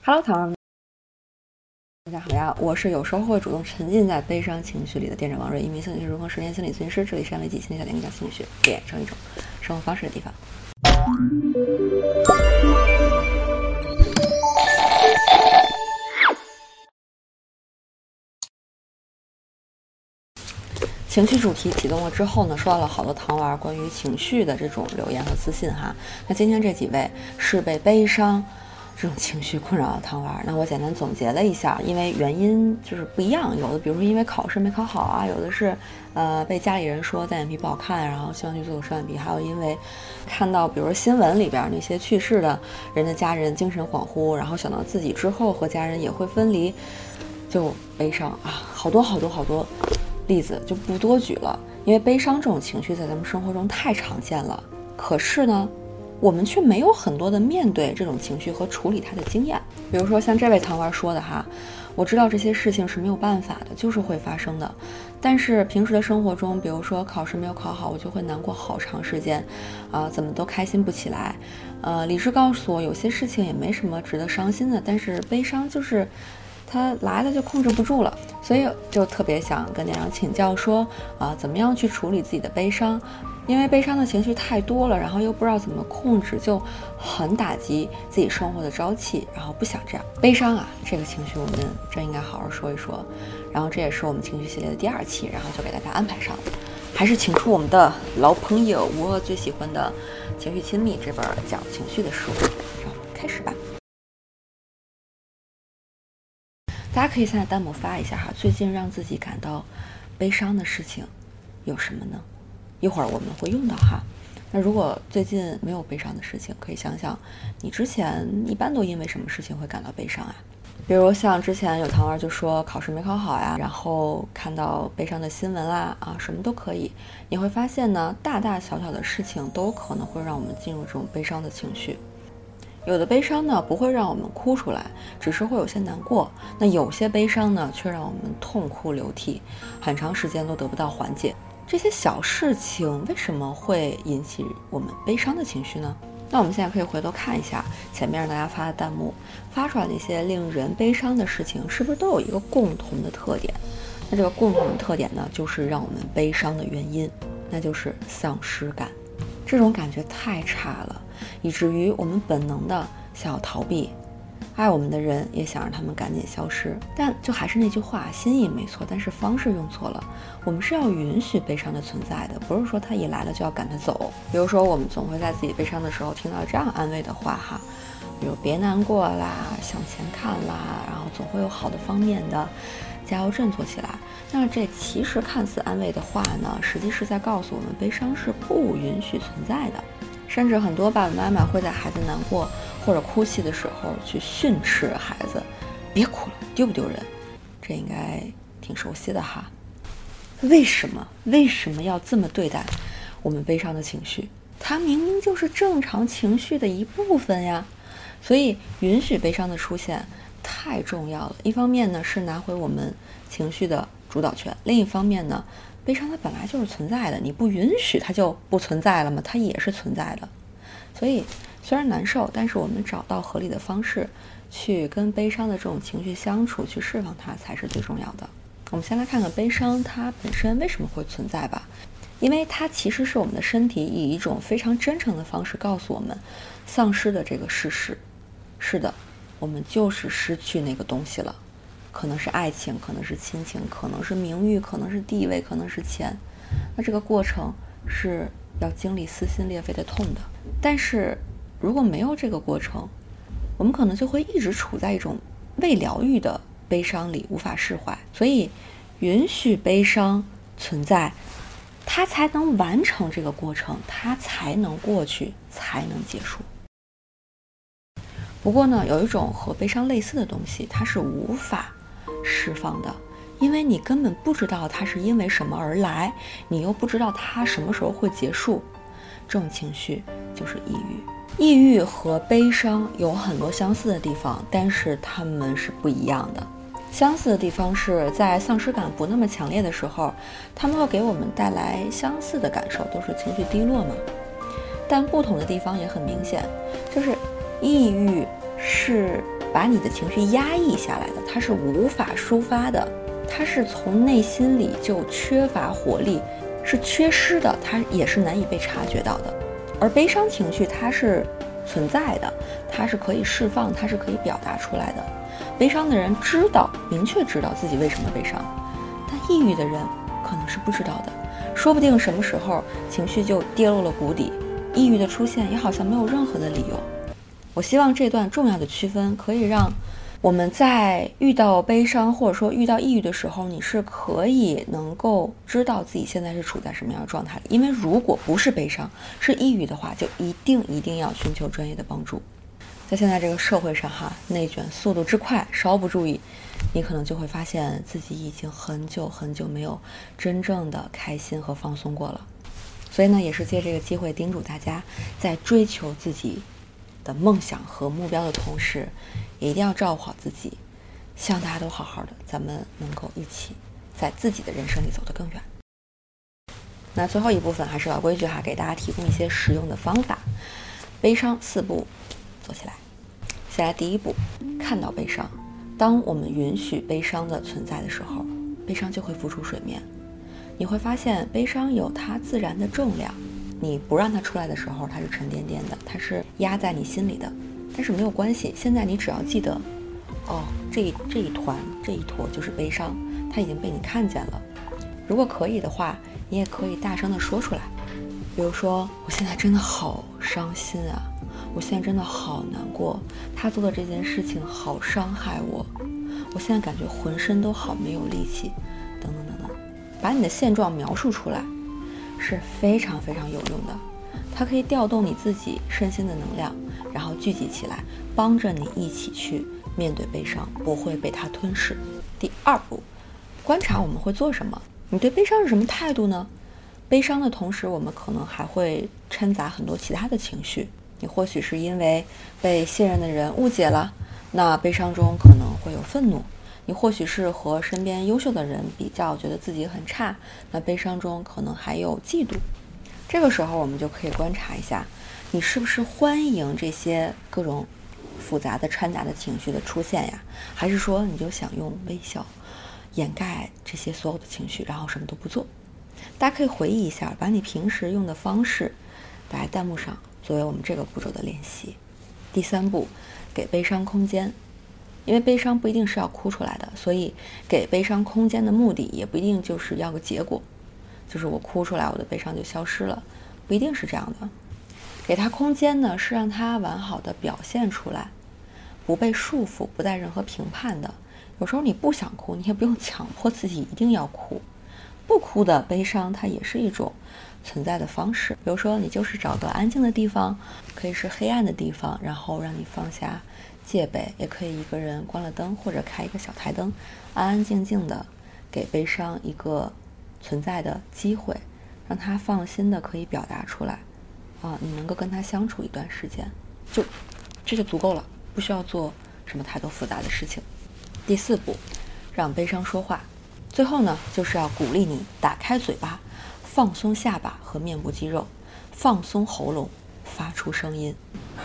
Hello， 糖，大家好呀！我是有时候会主动沉浸在悲伤情绪里的店长王瑞，一名心理学如何10年心理咨询师，这里是安慰剂心理小店，讲心理学变成一种生活方式的地方。情绪主题启动了之后呢，收到了好多糖丸关于情绪的这种留言和私信哈。那今天这几位是被悲伤这种情绪困扰的糖丸，那我简单总结了一下，因为原因就是不一样，有的比如说因为考试没考好啊，有的是被家里人说单眼皮不好看，然后希望去做个双眼皮，还有因为看到比如说新闻里边那些去世的人的家人精神恍惚，然后想到自己之后和家人也会分离，就悲伤啊，好多例子就不多举了，因为悲伤这种情绪在咱们生活中太常见了，可是呢我们却没有很多的面对这种情绪和处理它的经验。比如说像这位糖丸说的哈，我知道这些事情是没有办法的，就是会发生的，但是平时的生活中，比如说考试没有考好，我就会难过好长时间怎么都开心不起来。理智告诉我有些事情也没什么值得伤心的，但是悲伤就是它来了就控制不住了，所以就特别想跟店长请教说怎么样去处理自己的悲伤，因为悲伤的情绪太多了，然后又不知道怎么控制，就很打击自己生活的朝气，然后不想这样。悲伤啊，这个情绪我们真应该好好说一说，然后这也是我们情绪系列的第2期，然后就给大家安排上了，还是请出我们的老朋友我最喜欢的《情绪亲密》这本讲情绪的书，让我们开始吧。大家可以现在弹幕发一下哈，最近让自己感到悲伤的事情有什么呢？一会儿我们会用到哈。那如果最近没有悲伤的事情，可以想想你之前一般都因为什么事情会感到悲伤啊？比如像之前有糖丸就说考试没考好呀，然后看到悲伤的新闻啦什么都可以。你会发现呢，大大小小的事情都可能会让我们进入这种悲伤的情绪。有的悲伤呢不会让我们哭出来，只是会有些难过，那有些悲伤呢却让我们痛哭流涕，很长时间都得不到缓解。这些小事情为什么会引起我们悲伤的情绪呢？那我们现在可以回头看一下前面大家发的弹幕，发出来的一些令人悲伤的事情是不是都有一个共同的特点？那这个共同的特点呢，就是让我们悲伤的原因，那就是丧失感。这种感觉太差了，以至于我们本能的想要逃避，爱我们的人也想让他们赶紧消失。但就还是那句话，心意没错，但是方式用错了。我们是要允许悲伤的存在的，不是说它一来了就要赶它走。比如说我们总会在自己悲伤的时候听到这样安慰的话哈，比如别难过啦，向前看啦，然后总会有好的方面的，加油振作起来。那这其实看似安慰的话呢，实际是在告诉我们悲伤是不允许存在的。甚至很多爸爸妈妈会在孩子难过或者哭泣的时候去训斥孩子，别哭了，丢不丢人？这应该挺熟悉的哈。为什么要这么对待我们悲伤的情绪？它明明就是正常情绪的一部分呀。所以允许悲伤的出现太重要了。一方面呢是拿回我们情绪的主导权，另一方面呢，悲伤它本来就是存在的，你不允许它就不存在了吗？它也是存在的。所以虽然难受，但是我们找到合理的方式去跟悲伤的这种情绪相处，去释放它才是最重要的。我们先来看看悲伤它本身为什么会存在吧。因为它其实是我们的身体以一种非常真诚的方式告诉我们丧失的这个事实。是的，我们就是失去那个东西了，可能是爱情，可能是亲情，可能是名誉，可能是地位，可能是钱。那这个过程是要经历撕心裂肺的痛的。但是如果没有这个过程，我们可能就会一直处在一种未疗愈的悲伤里，无法释怀。所以允许悲伤存在，它才能完成这个过程，它才能过去，才能结束。不过呢，有一种和悲伤类似的东西，它是无法释放的，因为你根本不知道它是因为什么而来，你又不知道它什么时候会结束。这种情绪就是抑郁。抑郁和悲伤有很多相似的地方，但是它们是不一样的。相似的地方是在丧失感不那么强烈的时候，它们会给我们带来相似的感受，都是情绪低落嘛。但不同的地方也很明显，就是抑郁是把你的情绪压抑下来的，它是无法抒发的，它是从内心里就缺乏活力，是缺失的，它也是难以被察觉到的。而悲伤情绪它是存在的，它是可以释放，它是可以表达出来的。悲伤的人明确知道自己为什么悲伤，但抑郁的人可能是不知道的，说不定什么时候情绪就跌落了谷底，抑郁的出现也好像没有任何的理由。我希望这段重要的区分可以让我们在遇到悲伤或者说遇到抑郁的时候，你是可以能够知道自己现在是处在什么样的状态里。因为如果不是悲伤，是抑郁的话，就一定要寻求专业的帮助。在现在这个社会上内卷速度之快，稍不注意，你可能就会发现自己已经很久没有真正的开心和放松过了。所以呢，也是借这个机会叮嘱大家，在追求自己的梦想和目标的同时，也一定要照顾好自己。希望大家都好好的，咱们能够一起在自己的人生里走得更远。那最后一部分还是老规矩给大家提供一些实用的方法。悲伤4步做起来。先来第一步，看到悲伤。当我们允许悲伤的存在的时候，悲伤就会浮出水面。你会发现悲伤有它自然的重量，你不让它出来的时候，它是沉甸甸的，它是压在你心里的。但是没有关系，现在你只要记得，这一坨就是悲伤，它已经被你看见了。如果可以的话，你也可以大声的说出来，比如说，我现在真的好伤心啊，我现在真的好难过，他做的这件事情好伤害我，我现在感觉浑身都好没有力气，等等等等。把你的现状描述出来是非常有用的，它可以调动你自己身心的能量，然后聚集起来，帮着你一起去面对悲伤，不会被它吞噬。第2步，观察我们会做什么。你对悲伤是什么态度呢？悲伤的同时，我们可能还会掺杂很多其他的情绪。你或许是因为被信任的人误解了，那悲伤中可能会有愤怒。你或许是和身边优秀的人比较，觉得自己很差，那悲伤中可能还有嫉妒。这个时候我们就可以观察一下，你是不是欢迎这些各种复杂的掺杂的情绪的出现呀？还是说你就想用微笑掩盖这些所有的情绪，然后什么都不做？大家可以回忆一下，把你平时用的方式打在弹幕上，作为我们这个步骤的练习。第3步，给悲伤空间。因为悲伤不一定是要哭出来的，所以给悲伤空间的目的也不一定就是要个结果，就是我哭出来我的悲伤就消失了，不一定是这样的。给它空间呢，是让它完好的表现出来，不被束缚，不带任何评判的。有时候你不想哭，你也不用强迫自己一定要哭。不哭的悲伤它也是一种存在的方式。比如说你就是找个安静的地方，可以是黑暗的地方，然后让你放下戒备，也可以一个人关了灯或者开一个小台灯，安安静静的给悲伤一个存在的机会，让他放心的可以表达出来你能够跟他相处一段时间，这就足够了，不需要做什么太多复杂的事情。第4步，让悲伤说话。最后呢，就是要鼓励你打开嘴巴，放松下巴和面部肌肉，放松喉咙，发出声音。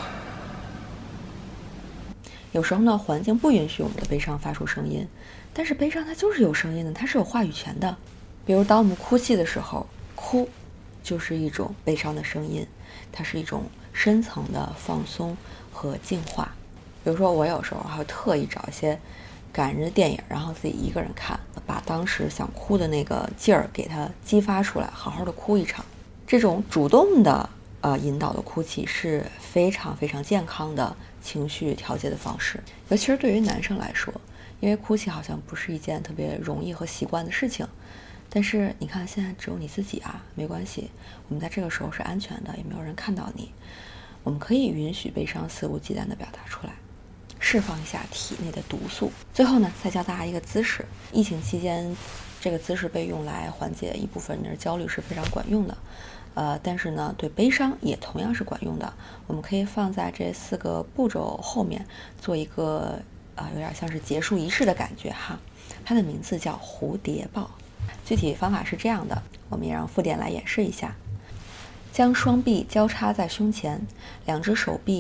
有时候呢，环境不允许我们的悲伤发出声音，但是悲伤它就是有声音的，它是有话语权的。比如当我们哭泣的时候，哭就是一种悲伤的声音，它是一种深层的放松和净化。比如说我有时候还会特意找一些感人的电影，然后自己一个人看，把当时想哭的那个劲儿给它激发出来，好好的哭一场。这种主动的引导的哭泣是非常健康的情绪调节的方式，尤其是对于男生来说，因为哭泣好像不是一件特别容易和习惯的事情。但是你看现在只有你自己没关系，我们在这个时候是安全的，也没有人看到你，我们可以允许悲伤肆无忌惮地表达出来，释放一下体内的毒素。最后呢，再教大家一个姿势。疫情期间这个姿势被用来缓解一部分人的焦虑是非常管用的，但是呢对悲伤也同样是管用的。我们可以放在这4个步骤后面做一个有点像是结束仪式的感觉它的名字叫蝴蝶抱。具体方法是这样的，我们也让傅典来演示一下。将双臂交叉在胸前，2只手臂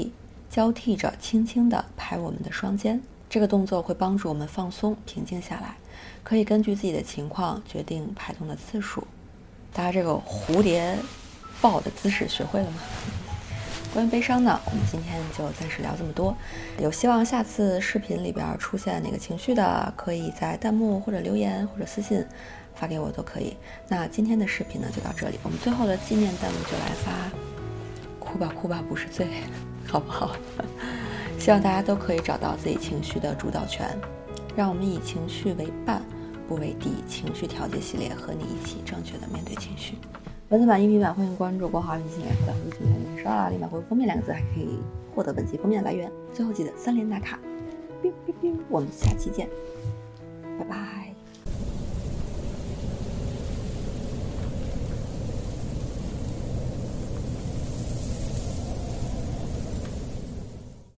交替着轻轻地拍我们的双肩。这个动作会帮助我们放松、平静下来，可以根据自己的情况决定拍动的次数。大家这个蝴蝶抱的姿势学会了吗？关于悲伤呢，我们今天就暂时聊这么多。有希望下次视频里边出现哪个情绪的，可以在弹幕或者留言或者私信发给我都可以。那今天的视频呢就到这里，我们最后的纪念弹幕就来发哭吧哭吧不是罪，好不好？希望大家都可以找到自己情绪的主导权，让我们以情绪为伴不为敌，情绪调节系列和你一起正确的面对情绪。文字版、音频版欢迎关注国华微信来回答回复今天刷了立马回复封面2个字，还可以获得本期封面来源。最后记得3连打卡，我们下期见，拜拜。